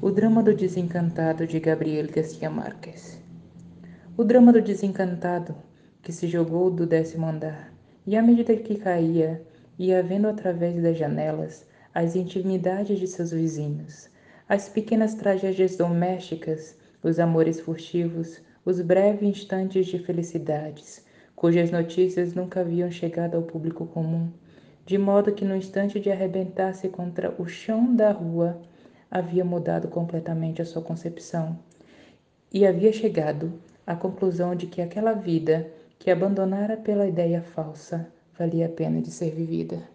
O drama do desencantado de Gabriel García Márquez. O drama do desencantado que se jogou do 10º andar, e à medida que caía, ia vendo através das janelas as intimidades de seus vizinhos, as pequenas tragédias domésticas, os amores furtivos, os breves instantes de felicidades, cujas notícias nunca haviam chegado ao público comum, de modo que no instante de arrebentar-se contra o chão da rua, havia mudado completamente a sua concepção, e havia chegado à conclusão de que aquela vida que abandonara pela ideia falsa valia a pena de ser vivida.